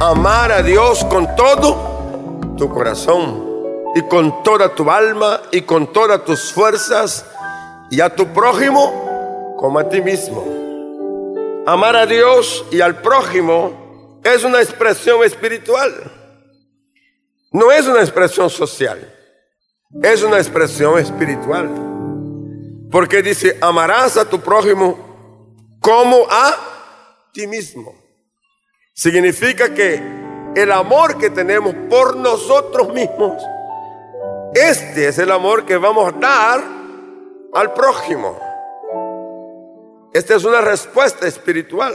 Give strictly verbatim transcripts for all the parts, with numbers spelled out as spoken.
amar a Dios con todo tu corazón y con toda tu alma y con todas tus fuerzas, y a tu prójimo como a ti mismo. Amar a Dios y al prójimo es una expresión espiritual, no es una expresión social, es una expresión espiritual. Porque dice, amarás a tu prójimo como a ti mismo. Significa que el amor que tenemos por nosotros mismos, este es el amor que vamos a dar al prójimo. Esta es una respuesta espiritual.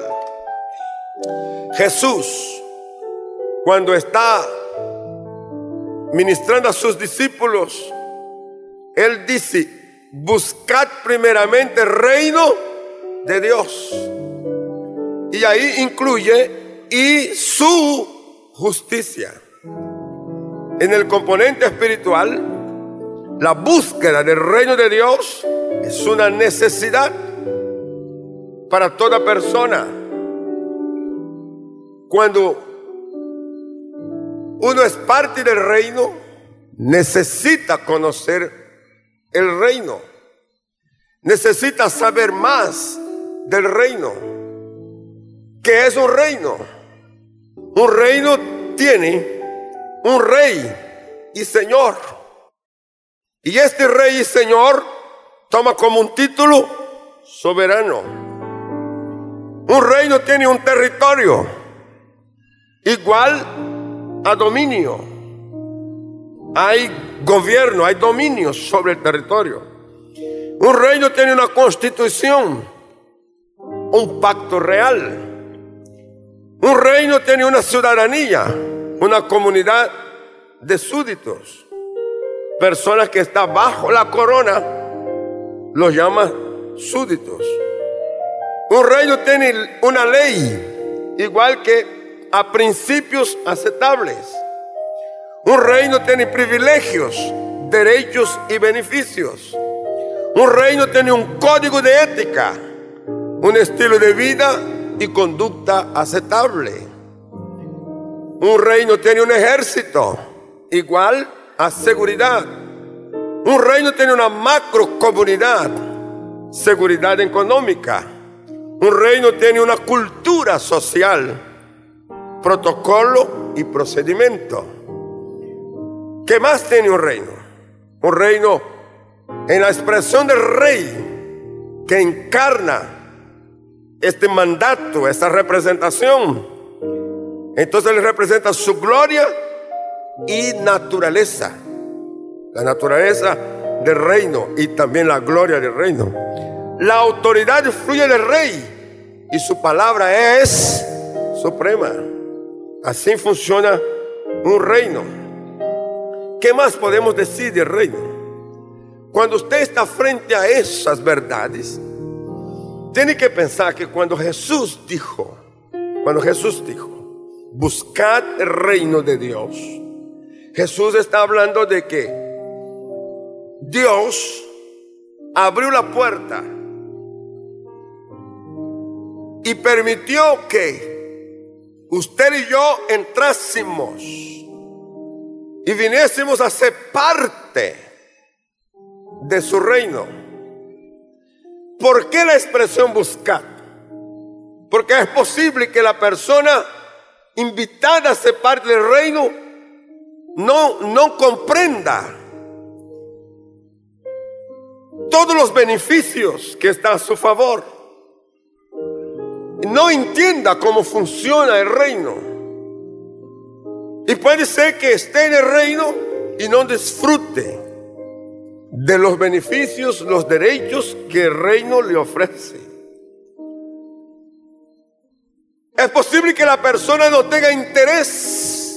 Jesús, cuando está ministrando a sus discípulos, Él dice, buscad primeramente el reino de Dios. Y ahí incluye y su justicia. En el componente espiritual, la búsqueda del reino de Dios es una necesidad para toda persona. Cuando uno es parte del reino, necesita conocer el reino, necesita saber más del reino. ¿Qué es un reino? Un reino tiene un rey y señor, y este rey y señor toma como un título soberano. Un reino tiene un territorio igual a dominio. Hay gobierno, hay dominio sobre el territorio. Un reino tiene una constitución, un pacto real. Un reino tiene una ciudadanía, una comunidad de súbditos, personas que están bajo la corona, los llama súbditos. Un reino tiene una ley, igual que a principios aceptables. Un reino tiene privilegios, derechos y beneficios. Un reino tiene un código de ética, un estilo de vida y conducta aceptable. Un reino tiene un ejército, igual a seguridad. Un reino tiene una macro comunidad, seguridad económica. Un reino tiene una cultura social, protocolo y procedimiento. ¿Qué más tiene un reino? Un reino en la expresión del rey que encarna este mandato, esta representación. Entonces le representa su gloria y naturaleza, la naturaleza del reino y también la gloria del reino. La autoridad fluye del rey y su palabra es suprema. Así funciona un reino. ¿Qué más podemos decir del reino? Cuando usted está frente a esas verdades, tiene que pensar que cuando Jesús dijo, cuando Jesús dijo, buscad el reino de Dios, Jesús está hablando de que Dios abrió la puerta y permitió que usted y yo entrásemos y viniésemos a ser parte de su reino. ¿Por qué la expresión buscar? Porque es posible que la persona invitada a ser parte del reino no, no comprenda todos los beneficios que están a su favor, no entienda cómo funciona el reino, y puede ser que esté en el reino y no disfrute de los beneficios, los derechos que el reino le ofrece. Es posible que la persona no tenga interés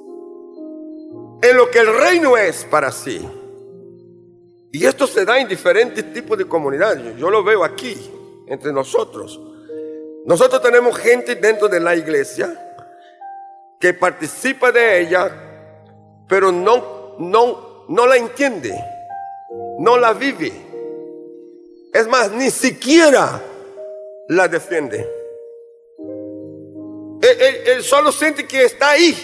en lo que el reino es para sí. Y esto se da en diferentes tipos de comunidades. Yo lo veo aquí, entre nosotros. Nosotros tenemos gente dentro de la iglesia que participa de ella, pero no, no, no la entiende, no la vive. Es más, ni siquiera la defiende. él, él solo siente que está ahí,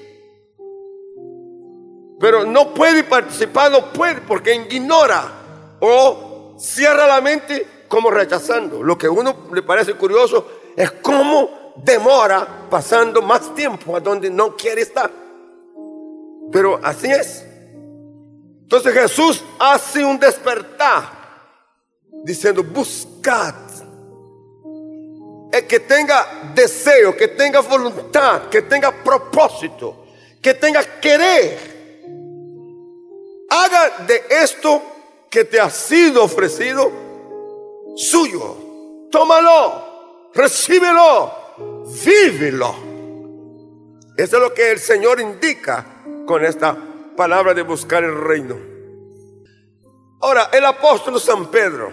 pero no puede participar, no puede, porque ignora o cierra la mente como rechazando. Lo que a uno le parece curioso es cómo demora pasando más tiempo a donde no quiere estar. Pero así es. Entonces Jesús hace un despertar diciendo: buscad. El que tenga deseo, que tenga voluntad, que tenga propósito, que tenga querer, haga de esto que te ha sido ofrecido suyo. Tómalo, recíbelo, vívelo. Eso es lo que el Señor indica con esta palabra de buscar el reino. Ahora, el apóstol San Pedro,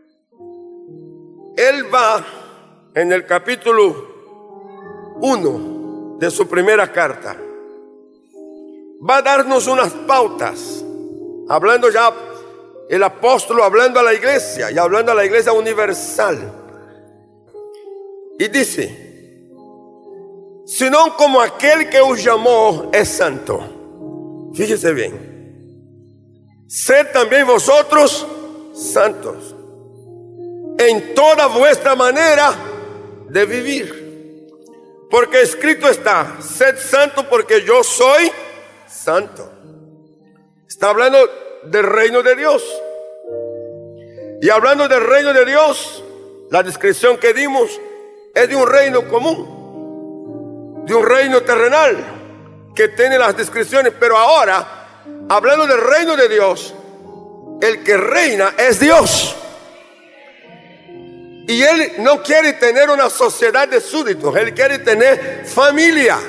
él va en el capítulo uno de su primera carta, va a darnos unas pautas, hablando ya el apóstol, hablando a la iglesia y hablando a la iglesia universal. Y dice: sino como aquel que os llamó es santo. Fíjese bien: sed también vosotros santos en toda vuestra manera de vivir, porque escrito está: sed santo porque yo soy santo. Está hablando del reino de Dios. Y hablando del reino de Dios, la descripción que dimos es de un reino común, de un reino terrenal que tiene las descripciones. Pero ahora, hablando del reino de Dios, el que reina es Dios. Y Él no quiere tener una sociedad de súbditos, Él quiere tener familia.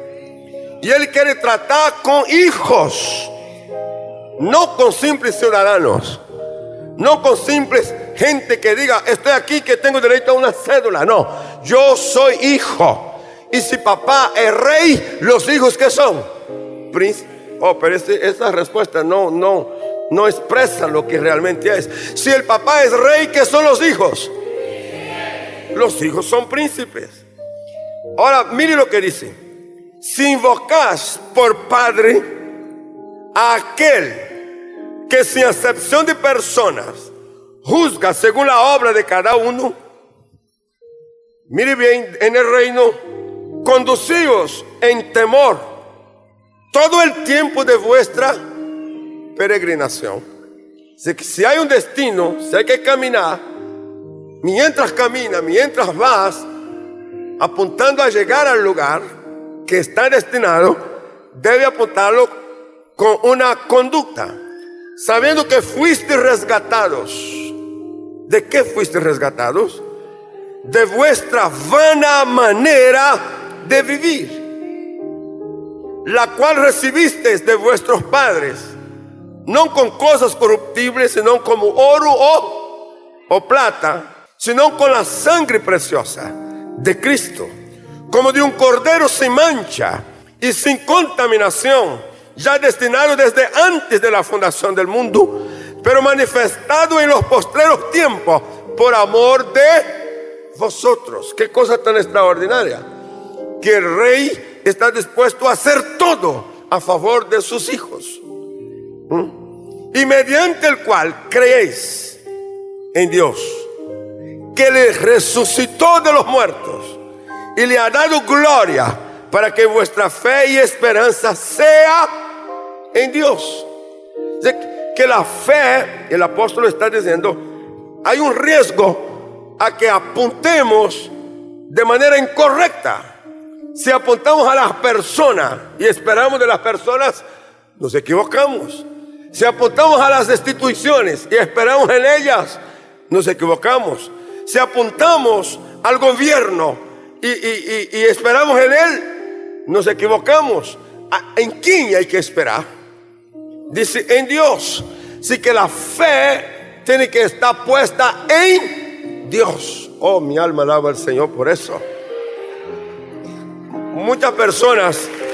Y Él quiere tratar con hijos, no con simples ciudadanos, no con simples gente que diga: estoy aquí, que tengo derecho a una cédula. No, yo soy hijo. Y si papá es rey, ¿los hijos qué son? Príncipe. Oh, pero ese, esa respuesta no, no, no expresa lo que realmente es. Si el papá es rey, ¿qué son los hijos? Los hijos son príncipes. Ahora, mire lo que dice: si invocas por padre a aquel que sin acepción de personas juzga según la obra de cada uno, mire bien, en el reino, conducíos en temor todo el tiempo de vuestra peregrinación. Si, si hay un destino, si hay que caminar, mientras camina, mientras vas apuntando a llegar al lugar que está destinado, debe apuntarlo con una conducta, sabiendo que fuiste rescatados. ¿De qué fuiste rescatados? De vuestra vana manera de vivir, la cual recibisteis de vuestros padres, no con cosas corruptibles, sino como oro o, o plata, sino con la sangre preciosa de Cristo, como de un cordero sin mancha y sin contaminación, ya destinado desde antes de la fundación del mundo, pero manifestado en los postreros tiempos por amor de vosotros. Qué cosa tan extraordinaria, que el rey está dispuesto a hacer todo a favor de sus hijos. ¿Mm? Y mediante el cual creéis en Dios, que le resucitó de los muertos y le ha dado gloria, para que vuestra fe y esperanza sea en Dios. Que la fe, el apóstol está diciendo, hay un riesgo a que apuntemos de manera incorrecta. Si apuntamos a las personas y esperamos de las personas, nos equivocamos. Si apuntamos a las instituciones y esperamos en ellas, nos equivocamos. Si apuntamos al gobierno y, y, y, y esperamos en él, nos equivocamos. ¿En quién hay que esperar? Dice, en Dios. Así que la fe tiene que estar puesta en Dios. Oh, mi alma alaba al Señor por eso. Muchas personas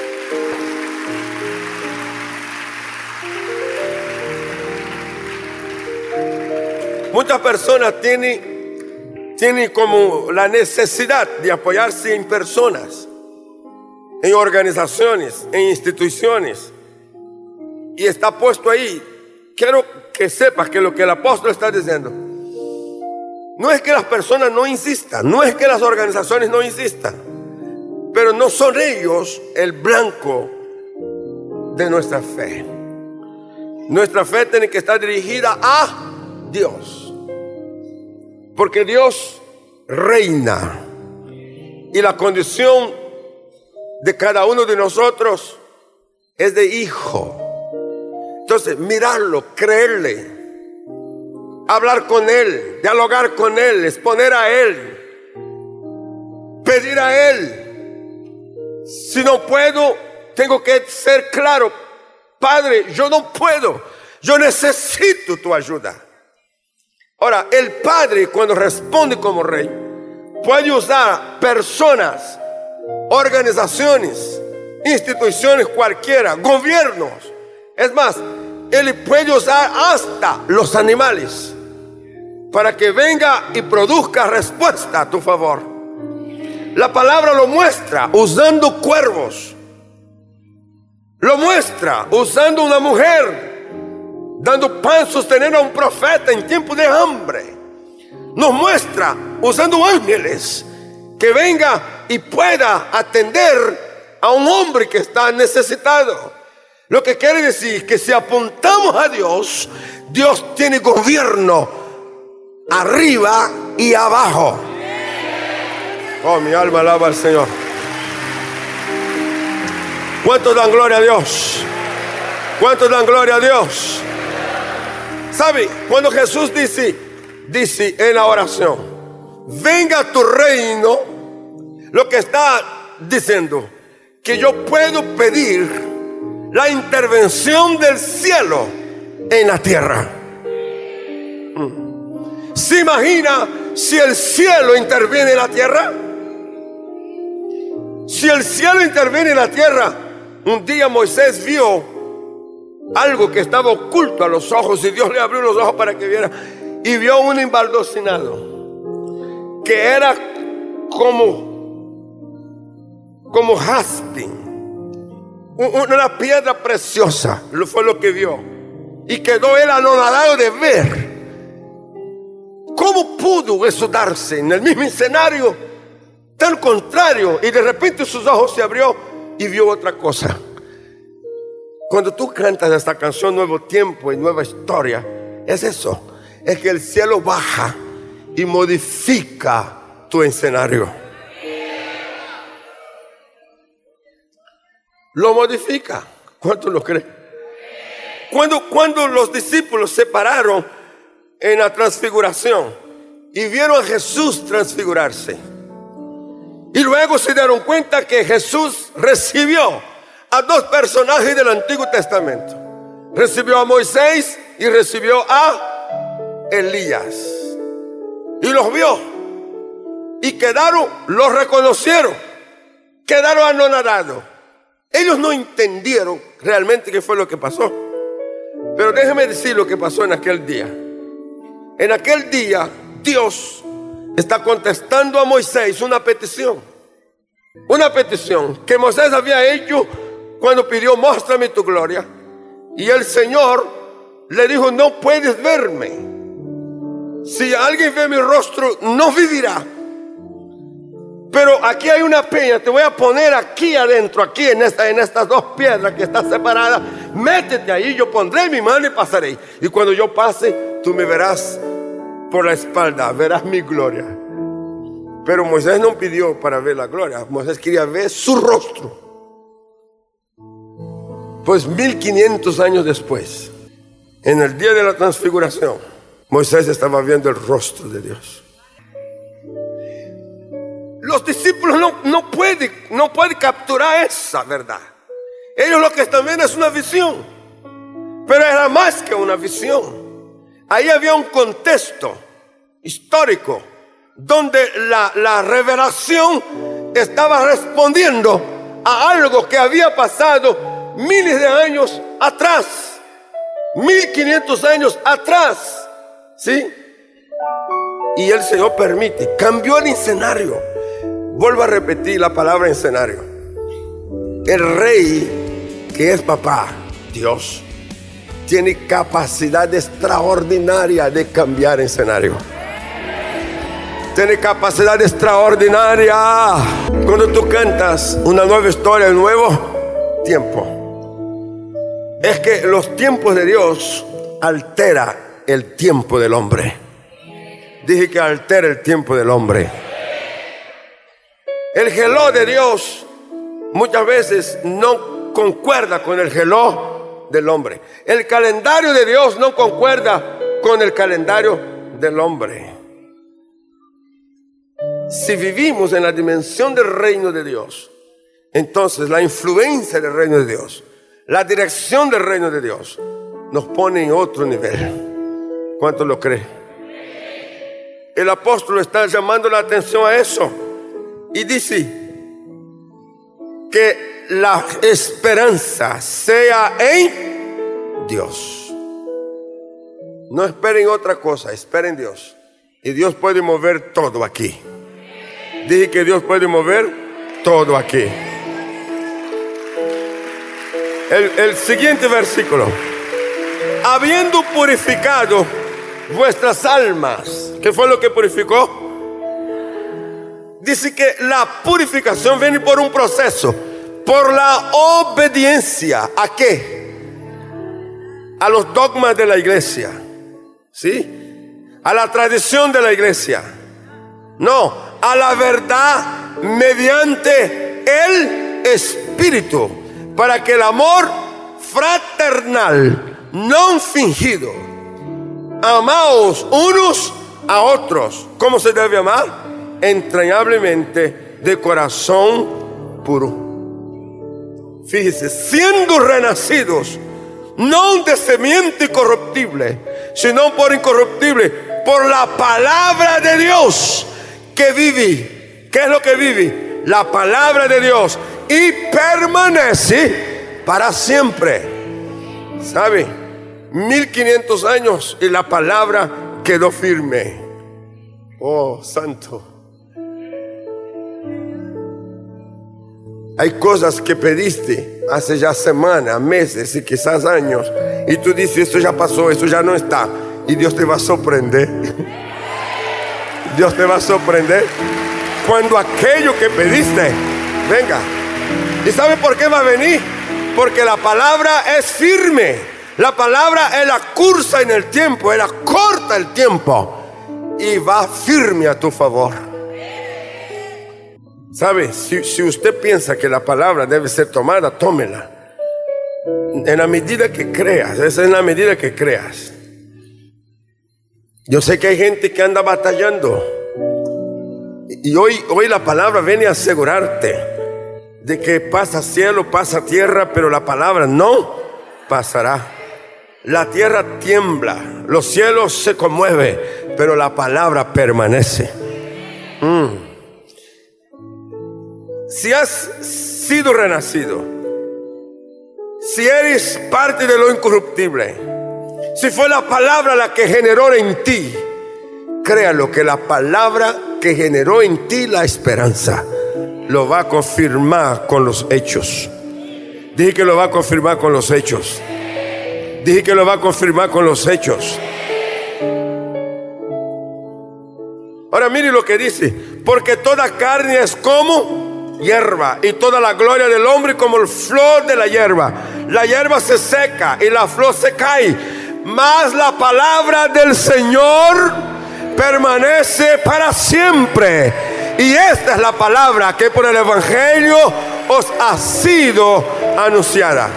Muchas personas tienen, tienen como la necesidad de apoyarse en personas, en organizaciones, en instituciones, y está puesto ahí. Quiero que sepas que lo que el apóstol está diciendo no es que las personas no insistan, no es que las organizaciones no insistan, pero no son ellos el blanco de nuestra fe. Nuestra fe tiene que estar dirigida a Dios, porque Dios reina, y la condición de cada uno de nosotros es de hijo. Entonces, mirarlo, creerle, hablar con Él, dialogar con Él, exponer a Él, pedir a Él. Si no puedo, tengo que ser claro: Padre, yo no puedo, yo necesito tu ayuda. Ahora, el Padre, cuando responde como Rey, puede usar personas, organizaciones, instituciones cualquiera, gobiernos. Es más, Él puede usar hasta los animales para que venga y produzca respuesta a tu favor. La palabra lo muestra usando cuervos, lo muestra usando una mujer, dando pan, sosteniendo a un profeta en tiempo de hambre. Nos muestra usando ángeles que venga y pueda atender a un hombre que está necesitado. Lo que quiere decir que si apuntamos a Dios, Dios tiene gobierno arriba y abajo. Oh, mi alma alaba al Señor. ¿Cuántos dan gloria a Dios? ¿Cuántos dan gloria a Dios? ¿Sabe? Cuando Jesús dice, dice en la oración, venga tu reino, lo que está diciendo, que yo puedo pedir la intervención del cielo en la tierra. ¿Se imagina si el cielo interviene en la tierra? Si el cielo interviene en la tierra, un día Moisés vio algo que estaba oculto a los ojos, y Dios le abrió los ojos para que viera, y vio un embaldocinado que era como como jaspe, una piedra preciosa. Lo fue lo que vio, y quedó él anonadado de ver cómo pudo eso darse en el mismo escenario tan contrario, y de repente sus ojos se abrió y vio otra cosa. Cuando tú cantas esta canción, Nuevo Tiempo y Nueva Historia, es eso, es que el cielo baja y modifica tu escenario. Lo modifica. ¿Cuánto lo creen? Cuando, cuando los discípulos se pararon en la transfiguración y vieron a Jesús transfigurarse, y luego se dieron cuenta que Jesús recibió a dos personajes del Antiguo Testamento. Recibió a Moisés y recibió a Elías, y los vio y quedaron, los reconocieron, quedaron anonadados. Ellos no entendieron realmente qué fue lo que pasó, pero déjeme decir lo que pasó en aquel día. En aquel día Dios está contestando a Moisés una petición, una petición que Moisés había hecho cuando pidió: muéstrame tu gloria. Y el Señor le dijo: no puedes verme. Si alguien ve mi rostro, no vivirá. Pero aquí hay una peña, te voy a poner aquí adentro, aquí en, esta, en estas dos piedras que están separadas. Métete ahí, yo pondré mi mano y pasaré. Y cuando yo pase, tú me verás por la espalda, verás mi gloria. Pero Moisés no pidió para ver la gloria, Moisés quería ver su rostro. Pues mil quinientos años después, en el día de la transfiguración, Moisés estaba viendo el rostro de Dios. Los discípulos no, no pueden no pueden capturar esa verdad. Ellos lo que están viendo es una visión, pero era más que una visión. Ahí había un contexto histórico donde la, la revelación estaba respondiendo a algo que había pasado miles de años atrás, mil quinientos años atrás, ¿sí? Y el Señor permite, cambió el escenario. Vuelvo a repetir la palabra escenario. El rey, que es papá, Dios, tiene capacidad extraordinaria de cambiar escenario. Tiene capacidad extraordinaria. Cuando tú cantas una nueva historia, un nuevo tiempo, es que los tiempos de Dios altera el tiempo del hombre. Dije que altera el tiempo del hombre. El reloj de Dios muchas veces no concuerda con el reloj del hombre. El calendario de Dios no concuerda con el calendario del hombre. Si vivimos en la dimensión del reino de Dios, entonces la influencia del reino de Dios, la dirección del reino de Dios, nos pone en otro nivel. ¿Cuánto lo cree? El apóstol está llamando la atención a eso y dice que la esperanza sea en Dios. No esperen otra cosa, esperen Dios. Y Dios puede mover todo aquí. Dije que Dios puede mover todo aquí. El, el siguiente versículo. Habiendo purificado vuestras almas. ¿Qué fue lo que purificó? Dice que la purificación viene por un proceso. Por la obediencia. ¿A qué? A los dogmas de la iglesia. ¿Sí? A la tradición de la iglesia. No. A la verdad mediante el Espíritu, para que el amor fraternal, no fingido, amaos unos a otros. ¿Cómo se debe amar? Entrañablemente, de corazón puro. Fíjese, siendo renacidos, no de semiente corruptible, sino por incorruptible, por la palabra de Dios, que vive. ¿Qué es lo que vive? La palabra de Dios, y permanece para siempre. ¿Sabe? mil quinientos años y la palabra quedó firme. Oh, santo. Hay cosas que pediste hace ya semanas, meses y quizás años, y tú dices, esto ya pasó, esto ya no está, y Dios te va a sorprender. Dios te va a sorprender cuando aquello que pediste venga. ¿Y sabe por qué va a venir? Porque la palabra es firme. La palabra Él la cursa en el tiempo, Él la corta el tiempo y va firme a tu favor. ¿Sabe? Si, si usted piensa que la palabra debe ser tomada, tómela. En la medida que creas, esa es en la medida que creas. Yo sé que hay gente que anda batallando. Y hoy, hoy la palabra viene a asegurarte de que pasa cielo, pasa tierra, pero la palabra no pasará. La tierra tiembla, los cielos se conmueven, pero la palabra permanece. Mm. Si has sido renacido, si eres parte de lo incorruptible, si fue la palabra la que generó en ti, créalo que la palabra que generó en ti la esperanza lo va a confirmar con los hechos. Dije que lo va a confirmar con los hechos. Dije que lo va a confirmar con los hechos. Ahora mire lo que dice: porque toda carne es como hierba, y toda la gloria del hombre como el flor de la hierba. La hierba se seca y la flor se cae, mas la palabra del Señor permanece para siempre. Y esta es la palabra que por el Evangelio os ha sido anunciada.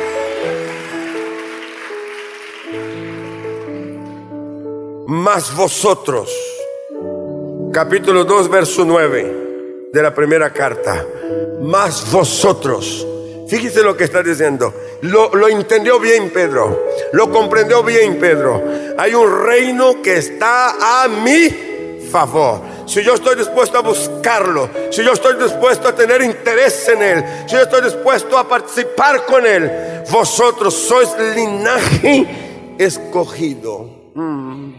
Mas vosotros, capítulo dos, verso nueve de la primera carta. Mas vosotros, fíjese lo que está diciendo. Lo, lo entendió bien Pedro, lo comprendió bien Pedro. Hay un reino que está a mi favor. Si yo estoy dispuesto a buscarlo, si yo estoy dispuesto a tener interés en él, si yo estoy dispuesto a participar con él, vosotros sois linaje escogido. Mm.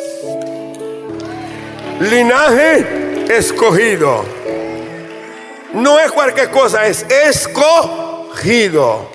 Linaje escogido. no es cualquier cosa, es escogido.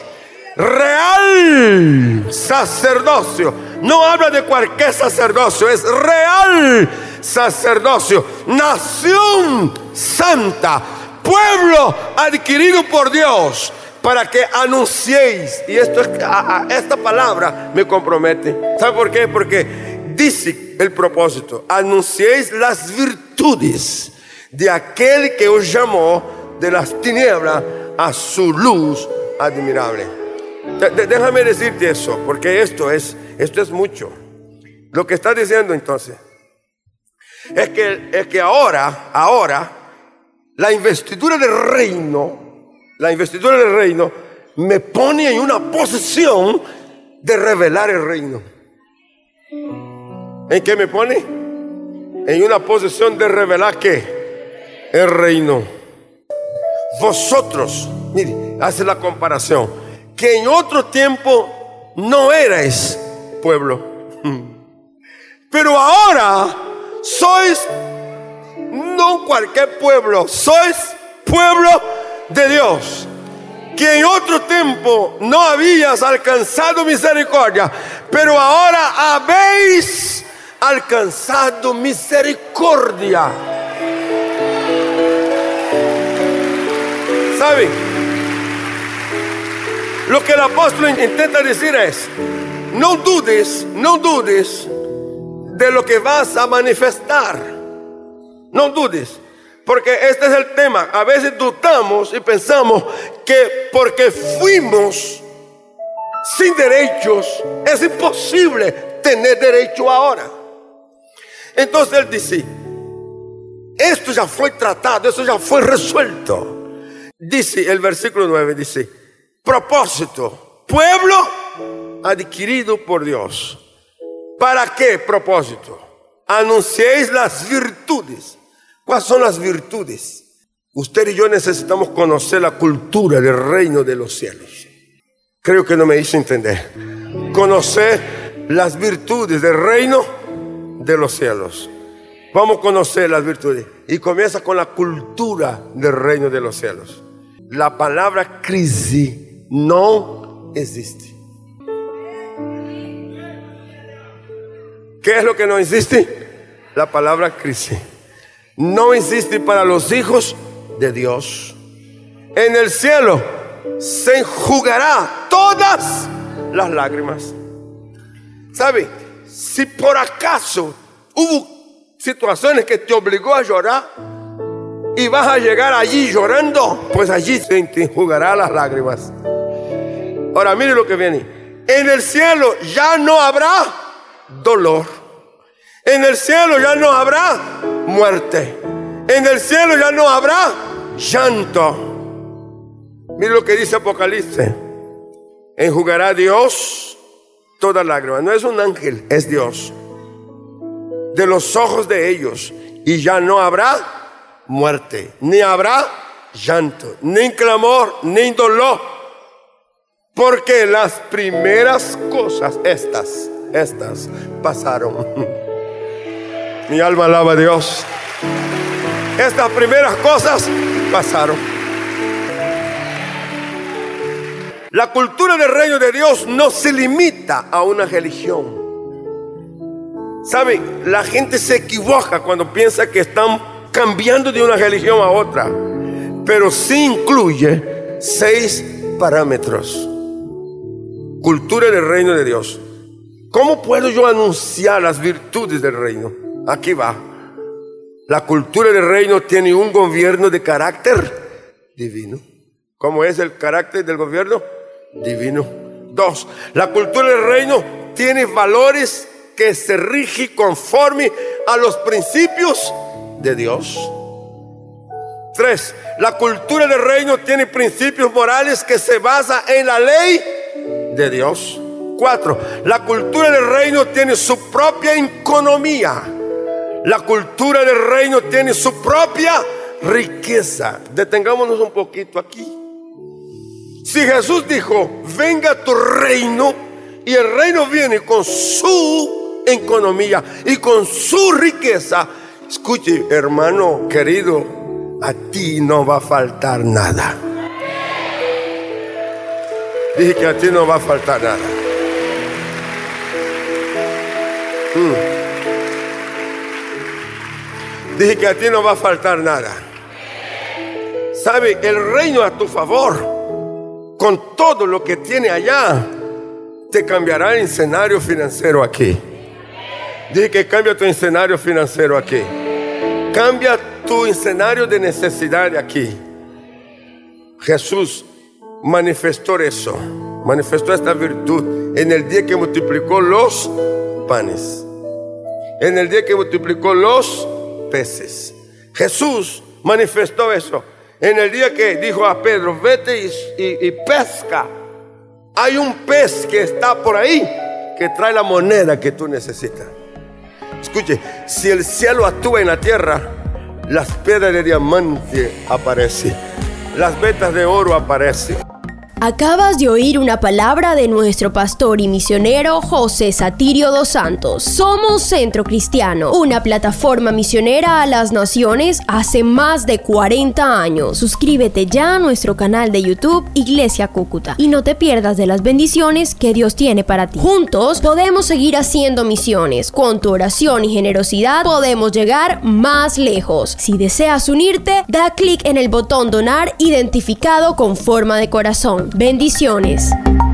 Real sacerdocio. No habla de cualquier sacerdocio, es real sacerdocio. Nación santa, pueblo adquirido por Dios, para que anunciéis. Y esto es, a, a, esta palabra me compromete. ¿Sabe por qué? Porque dice el propósito: anunciéis las virtudes de aquel que os llamó de las tinieblas a su luz admirable. De, de, déjame decirte eso, porque esto es, esto es mucho. Lo que está diciendo entonces es que, es que ahora, ahora, la investidura del reino, la investidura del reino me pone en una posición de revelar el reino. ¿En qué me pone? En una posición de revelar ¿qué? El reino. Vosotros, mire, hace la comparación, que en otro tiempo no erais pueblo, pero ahora sois no cualquier pueblo, sois pueblo de Dios. Que en otro tiempo no habías alcanzado misericordia, pero ahora habéis alcanzado misericordia. ¿Saben? Lo que el apóstol intenta decir es: no dudes, no dudes de lo que vas a manifestar. No dudes, porque este es el tema. A veces dudamos y pensamos que porque fuimos sin derechos es imposible tener derecho ahora. Entonces él dice: esto ya fue tratado, esto ya fue resuelto. Dice el versículo nueve, dice: propósito, pueblo adquirido por Dios. ¿Para qué propósito? Anunciéis las virtudes. ¿Cuáles son las virtudes? Usted y yo necesitamos conocer la cultura del reino de los cielos. Creo que no me hice entender. Conocer las virtudes del reino de los cielos. Vamos a conocer las virtudes. Y comienza con la cultura del reino de los cielos. La palabra crisis no existe. ¿Qué es lo que no existe? La palabra crisis. No existe para los hijos de Dios. En el cielo se enjugará todas las lágrimas. ¿Sabe? Si por acaso hubo situaciones que te obligó a llorar y vas a llegar allí llorando, pues allí se te enjugará las lágrimas. Ahora mire lo que viene. En el cielo ya no habrá dolor. En el cielo ya no habrá muerte. En el cielo ya no habrá llanto. Mire lo que dice Apocalipsis. Enjugará Dios toda lágrima. No es un ángel, es Dios. De los ojos de ellos. Y ya no habrá muerte, ni habrá llanto, ni clamor, ni dolor. Porque las primeras cosas, estas, estas, pasaron. Mi alma alaba a Dios. Estas primeras cosas pasaron. La cultura del reino de Dios no se limita a una religión. ¿Saben? La gente se equivoca cuando piensa que están cambiando de una religión a otra. Pero sí incluye seis parámetros. Cultura del reino de Dios. ¿Cómo puedo yo anunciar las virtudes del reino? Aquí va. La cultura del reino tiene un gobierno de carácter divino. ¿Cómo es el carácter del gobierno? Divino. Dos, la cultura del reino tiene valores que se rigen conforme a los principios de Dios. Tres, la cultura del reino tiene principios morales que se basan en la ley de Dios. Cuatro, la cultura del reino tiene su propia economía. La cultura del reino tiene su propia riqueza. Detengámonos un poquito aquí. Si Jesús dijo, venga tu reino, y el reino viene con su economía y con su riqueza. Escuche, hermano querido, a ti no va a faltar nada. Dije que a ti no va a faltar nada. Mm. Dije que a ti no va a faltar nada. ¿Sabe? El reino a tu favor, con todo lo que tiene allá, te cambiará el escenario financiero aquí. Dije que cambia tu escenario financiero aquí. Cambia tu escenario de necesidad aquí. Jesús manifestó eso, manifestó esta virtud en el día que multiplicó los panes, en el día que multiplicó los peces. Jesús manifestó eso en el día que dijo a Pedro: vete y, y, y pesca. Hay un pez que está por ahí que trae la moneda que tú necesitas. Escuche, si el cielo actúa en la tierra, las piedras de diamante aparecen, las vetas de oro aparecen. Acabas de oír una palabra de nuestro pastor y misionero José Satirio dos Santos. Somos Centro Cristiano, una plataforma misionera a las naciones hace más de cuarenta años. Suscríbete ya a nuestro canal de YouTube Iglesia Cúcuta y no te pierdas de las bendiciones que Dios tiene para ti. Juntos podemos seguir haciendo misiones. Con tu oración y generosidad podemos llegar más lejos. Si deseas unirte, da clic en el botón donar identificado con forma de corazón. Bendiciones.